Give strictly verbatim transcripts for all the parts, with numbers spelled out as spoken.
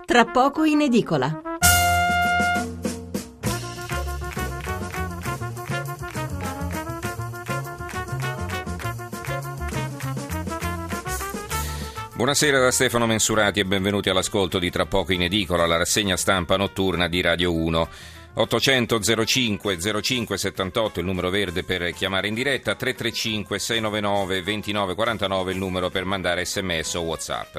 tra poco in edicola. Buonasera da Stefano Mensurati e benvenuti all'ascolto di Tra poco in edicola, la rassegna stampa notturna di Radio uno. ottocento zero cinque zero cinque settantotto il numero verde per chiamare in diretta, tre tre cinque sei nove nove due nove quattro nove il numero per mandare sms o WhatsApp.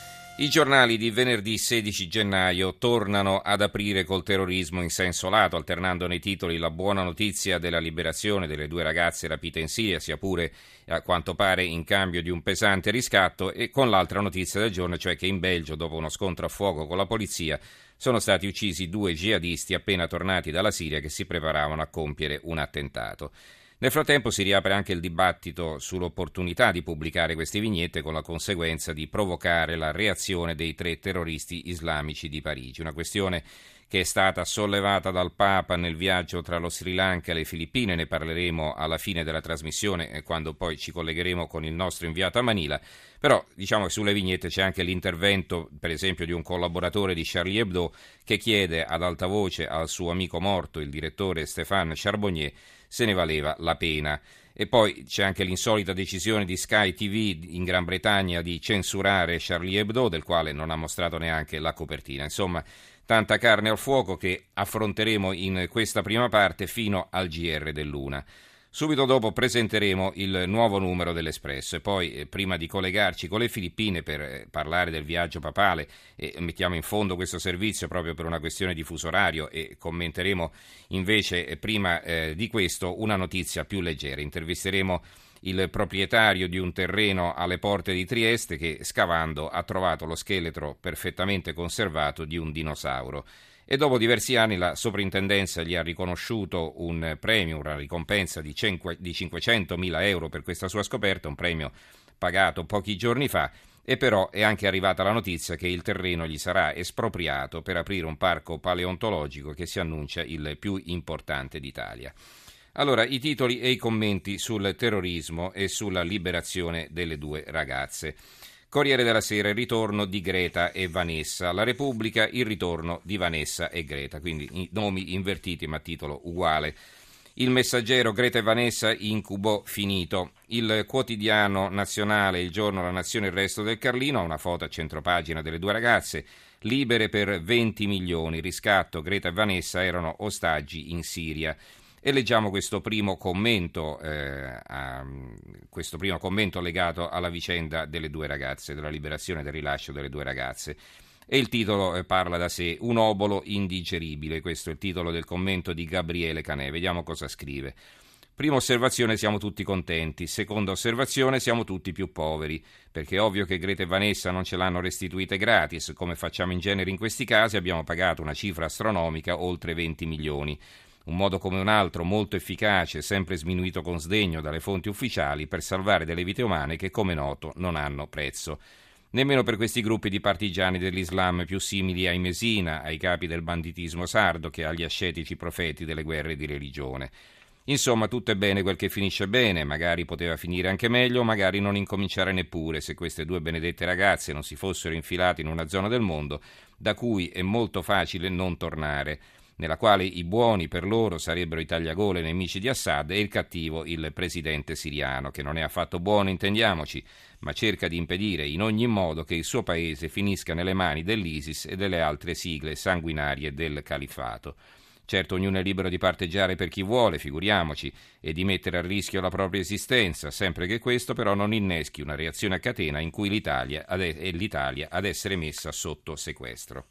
I giornali di venerdì sedici gennaio tornano ad aprire col terrorismo in senso lato, alternando nei titoli la buona notizia della liberazione delle due ragazze rapite in Siria, sia pure a quanto pare in cambio di un pesante riscatto, e con l'altra notizia del giorno, cioè che in Belgio, dopo uno scontro a fuoco con la polizia, sono stati uccisi due jihadisti appena tornati dalla Siria che si preparavano a compiere un attentato. Nel frattempo si riapre anche il dibattito sull'opportunità di pubblicare queste vignette, con la conseguenza di provocare la reazione dei tre terroristi islamici di Parigi. Una questione che è stata sollevata dal Papa nel viaggio tra lo Sri Lanka e le Filippine. Ne parleremo alla fine della trasmissione, quando poi ci collegheremo con il nostro inviato a Manila. Però diciamo che sulle vignette c'è anche l'intervento, per esempio, di un collaboratore di Charlie Hebdo che chiede ad alta voce al suo amico morto, il direttore Stéphane Charbonnier, se ne valeva la pena. E poi c'è anche l'insolita decisione di Sky T V in Gran Bretagna di censurare Charlie Hebdo, del quale non ha mostrato neanche la copertina. Insomma, tanta carne al fuoco che affronteremo in questa prima parte fino al G R dell'una. Subito dopo presenteremo il nuovo numero dell'Espresso e poi, eh, prima di collegarci con le Filippine per eh, parlare del viaggio papale, e eh, mettiamo in fondo questo servizio proprio per una questione di fuso orario, e commenteremo invece eh, prima eh, di questo una notizia più leggera. Intervisteremo il proprietario di un terreno alle porte di Trieste che, scavando, ha trovato lo scheletro perfettamente conservato di un dinosauro. E dopo diversi anni la soprintendenza gli ha riconosciuto un premio, una ricompensa di cinquecentomila euro per questa sua scoperta, un premio pagato pochi giorni fa, e però è anche arrivata la notizia che il terreno gli sarà espropriato per aprire un parco paleontologico che si annuncia il più importante d'Italia. Allora, i titoli e i commenti sul terrorismo e sulla liberazione delle due ragazze. Corriere della Sera, il ritorno di Greta e Vanessa. La Repubblica, il ritorno di Vanessa e Greta, quindi i nomi invertiti ma titolo uguale. Il Messaggero, Greta e Vanessa, incubo finito. Il Quotidiano Nazionale, Il Giorno, La Nazione, Il Resto del Carlino, una foto a centropagina delle due ragazze, libere per venti milioni, riscatto, Greta e Vanessa erano ostaggi in Siria. E leggiamo questo primo commento, eh, a, questo primo commento legato alla vicenda delle due ragazze, della liberazione e del rilascio delle due ragazze. E il titolo eh, parla da sé, un obolo indigeribile, questo è il titolo del commento di Gabriele Canè. Vediamo cosa scrive. Prima osservazione, siamo tutti contenti. Seconda osservazione, siamo tutti più poveri, perché è ovvio che Greta e Vanessa non ce l'hanno restituite gratis, come facciamo in genere in questi casi. Abbiamo pagato una cifra astronomica, oltre venti milioni. Un modo come un altro molto efficace, sempre sminuito con sdegno dalle fonti ufficiali, per salvare delle vite umane che, come noto, non hanno prezzo. Nemmeno per questi gruppi di partigiani dell'Islam più simili ai Mesina, ai capi del banditismo sardo, che agli ascetici profeti delle guerre di religione. Insomma, tutto è bene quel che finisce bene, magari poteva finire anche meglio, magari non incominciare neppure, se queste due benedette ragazze non si fossero infilate in una zona del mondo da cui è molto facile non tornare, nella quale i buoni per loro sarebbero i tagliagole nemici di Assad e il cattivo il presidente siriano, che non è affatto buono, intendiamoci, ma cerca di impedire in ogni modo che il suo paese finisca nelle mani dell'ISIS e delle altre sigle sanguinarie del califfato. Certo, ognuno è libero di parteggiare per chi vuole, figuriamoci, e di mettere a rischio la propria esistenza, sempre che questo però non inneschi una reazione a catena in cui l'Italia ad è l'Italia ad essere messa sotto sequestro.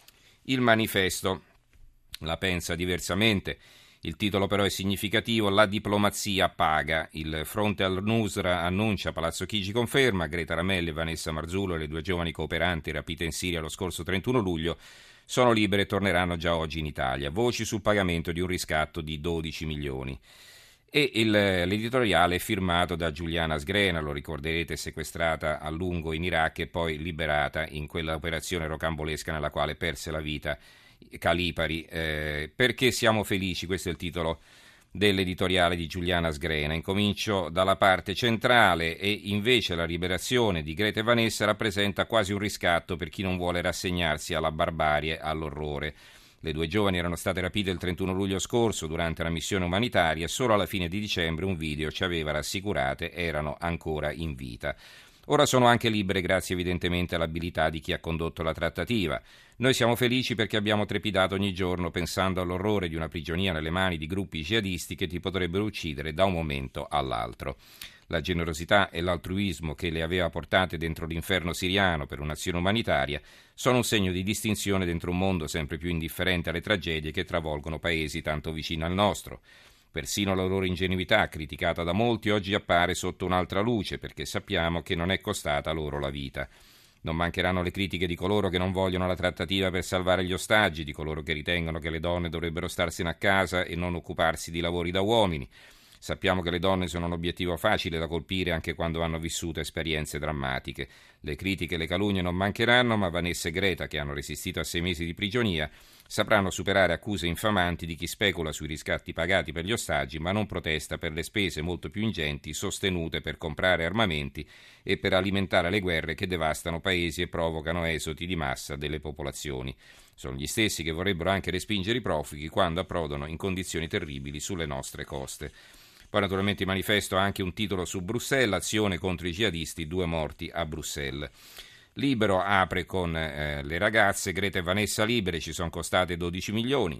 Il Manifesto la pensa diversamente. Il titolo però è significativo: la diplomazia paga. Il fronte al-Nusra annuncia, Palazzo Chigi conferma, Greta Ramelli e Vanessa Marzullo, le due giovani cooperanti rapite in Siria lo scorso trentuno luglio, sono libere e torneranno già oggi in Italia. Voci sul pagamento di un riscatto di dodici milioni. E il, l'editoriale è firmato da Giuliana Sgrena, lo ricorderete, sequestrata a lungo in Iraq e poi liberata in quella operazione rocambolesca nella quale perse la vita Calipari. Eh, perché siamo felici? Questo è il titolo dell'editoriale di Giuliana Sgrena. Incomincio dalla parte centrale: e invece la liberazione di Greta e Vanessa rappresenta quasi un riscatto per chi non vuole rassegnarsi alla barbarie, all'orrore. Le due giovani erano state rapite il trentuno luglio scorso durante una missione umanitaria e solo alla fine di dicembre un video ci aveva rassicurate erano ancora in vita. Ora sono anche libere grazie evidentemente all'abilità di chi ha condotto la trattativa. Noi siamo felici perché abbiamo trepidato ogni giorno pensando all'orrore di una prigionia nelle mani di gruppi jihadisti che ti potrebbero uccidere da un momento all'altro. La generosità e l'altruismo che le aveva portate dentro l'inferno siriano per un'azione umanitaria sono un segno di distinzione dentro un mondo sempre più indifferente alle tragedie che travolgono paesi tanto vicini al nostro. Persino la loro ingenuità, criticata da molti, oggi appare sotto un'altra luce perché sappiamo che non è costata loro la vita. Non mancheranno le critiche di coloro che non vogliono la trattativa per salvare gli ostaggi, di coloro che ritengono che le donne dovrebbero starsene a casa e non occuparsi di lavori da uomini. Sappiamo che le donne sono un obiettivo facile da colpire anche quando hanno vissuto esperienze drammatiche. Le critiche e le calunnie non mancheranno, ma Vanessa e Greta, che hanno resistito a sei mesi di prigionia, sapranno superare accuse infamanti di chi specula sui riscatti pagati per gli ostaggi, ma non protesta per le spese molto più ingenti sostenute per comprare armamenti e per alimentare le guerre che devastano paesi e provocano esodi di massa delle popolazioni. Sono gli stessi che vorrebbero anche respingere i profughi quando approdano in condizioni terribili sulle nostre coste. Poi naturalmente il manifesto ha anche un titolo su Bruxelles: azione contro i jihadisti, due morti a Bruxelles. Libero apre con eh, le ragazze, Greta e Vanessa libere, ci sono costate dodici milioni.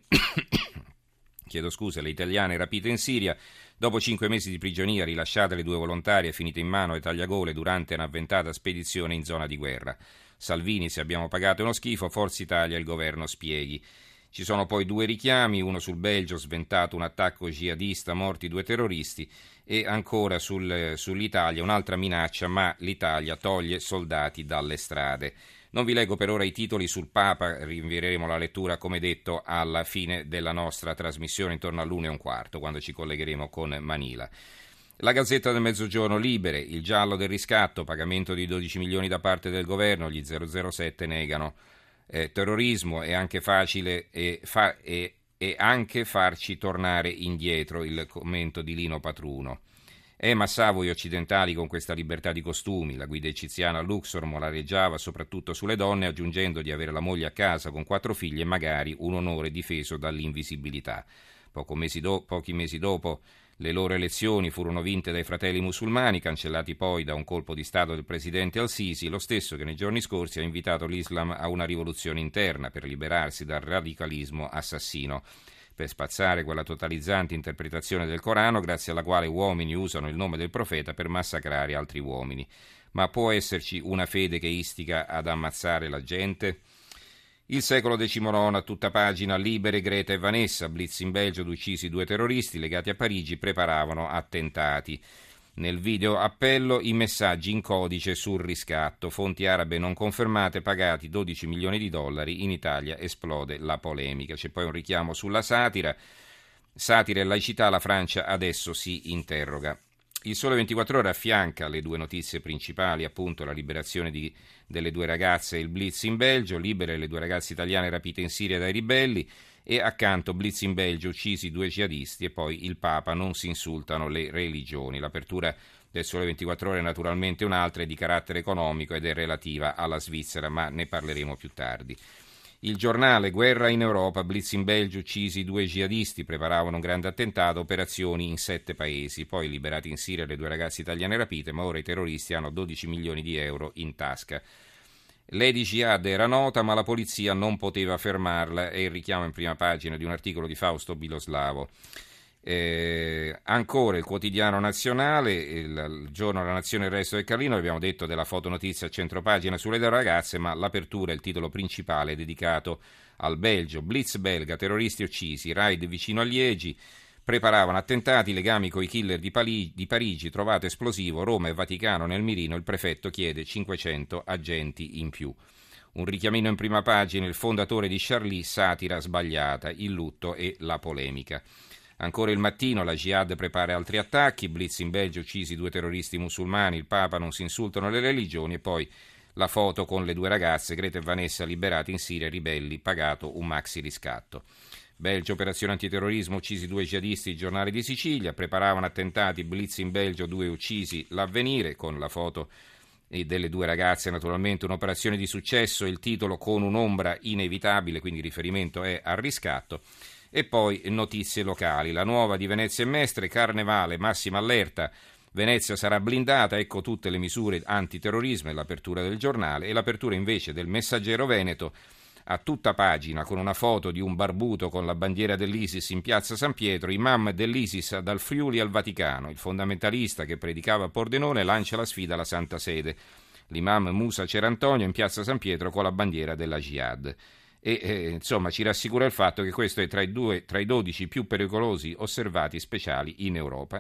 Chiedo scusa, le italiane rapite in Siria, dopo cinque mesi di prigionia, rilasciate le due volontarie finite in mano ai tagliagole durante un'avventata spedizione in zona di guerra. Salvini, se abbiamo pagato uno schifo, Forza Italia il governo spieghi. Ci sono poi due richiami, uno sul Belgio, sventato un attacco jihadista, morti due terroristi, e ancora sul, sull'Italia un'altra minaccia, ma l'Italia toglie soldati dalle strade. Non vi leggo per ora i titoli sul Papa, rinvieremo la lettura, come detto, alla fine della nostra trasmissione intorno all'una e un quarto, quando ci collegheremo con Manila. La Gazzetta del Mezzogiorno, libere, il giallo del riscatto, pagamento di dodici milioni da parte del governo, gli zero zero sette negano. Eh, terrorismo è anche facile e, fa, e, e anche farci tornare indietro, il commento di Lino Patruno. E massavo gli occidentali con questa libertà di costumi. La guida egiziana Luxor morareggiava soprattutto sulle donne, aggiungendo di avere la moglie a casa con quattro figli e magari un onore difeso dall'invisibilità. Poco mesi do- pochi mesi dopo le loro elezioni furono vinte dai fratelli musulmani, cancellati poi da un colpo di stato del presidente al-Sisi, lo stesso che nei giorni scorsi ha invitato l'Islam a una rivoluzione interna per liberarsi dal radicalismo assassino, per spazzare quella totalizzante interpretazione del Corano grazie alla quale uomini usano il nome del profeta per massacrare altri uomini. Ma può esserci una fede che istiga ad ammazzare la gente? Il Secolo diciannove a tutta pagina, libere Greta e Vanessa, blitz in Belgio, uccisi due terroristi legati a Parigi, preparavano attentati. Nel video appello i messaggi in codice sul riscatto, fonti arabe non confermate, pagati dodici milioni di dollari, in Italia esplode la polemica. C'è poi un richiamo sulla satira, satira e laicità, la Francia adesso si interroga. Il Sole ventiquattro Ore affianca le due notizie principali, appunto la liberazione di, delle due ragazze e il blitz in Belgio, libere le due ragazze italiane rapite in Siria dai ribelli, e accanto blitz in Belgio, uccisi due jihadisti, e poi il Papa, non si insultano le religioni. L'apertura del Sole ventiquattro Ore è naturalmente un'altra, è di carattere economico ed è relativa alla Svizzera, ma ne parleremo più tardi. Il Giornale, guerra in Europa, blitz in Belgio, uccisi due jihadisti, preparavano un grande attentato, operazioni in sette paesi, poi liberati in Siria le due ragazze italiane rapite, ma ora i terroristi hanno dodici milioni di euro in tasca. Lady Jihad era nota, ma la polizia non poteva fermarla, è il richiamo in prima pagina di un articolo di Fausto Biloslavo. Eh, ancora il Quotidiano Nazionale, il, il giorno della Nazione e il resto del Carlino, abbiamo detto della fotonotizia a centropagina sulle due ragazze, ma l'apertura, il titolo principale è dedicato al Belgio. Blitz belga, terroristi uccisi, raid vicino a Liegi, preparavano attentati, legami coi killer di, Pali, di Parigi, trovato esplosivo, Roma e Vaticano nel mirino, il prefetto chiede cinquecento agenti in più. Un richiamino in prima pagina, il fondatore di Charlie, satira sbagliata, il lutto e la polemica. Ancora Il Mattino, la Jihad prepara altri attacchi, blitz in Belgio, uccisi due terroristi musulmani, il Papa, non si insultano le religioni, e poi la foto con le due ragazze, Greta e Vanessa, liberate in Siria, ribelli, pagato un maxi riscatto. Belgio, operazione antiterrorismo, uccisi due jihadisti, il giornale di Sicilia, preparavano attentati, blitz in Belgio, due uccisi, l'Avvenire, con la foto delle due ragazze, naturalmente un'operazione di successo, il titolo con un'ombra inevitabile, quindi il riferimento è al riscatto. E poi notizie locali, la nuova di Venezia e Mestre, carnevale, massima allerta, Venezia sarà blindata, ecco tutte le misure antiterrorismo e l'apertura del giornale, e l'apertura invece del Messaggero Veneto, a tutta pagina con una foto di un barbuto con la bandiera dell'ISIS in piazza San Pietro, imam dell'ISIS dal Friuli al Vaticano, il fondamentalista che predicava a Pordenone lancia la sfida alla Santa Sede, l'imam Musa Cerantonio in piazza San Pietro con la bandiera della Jihad. E eh, insomma ci rassicura il fatto che questo è tra i, due, tra i dodici più pericolosi osservati speciali in Europa.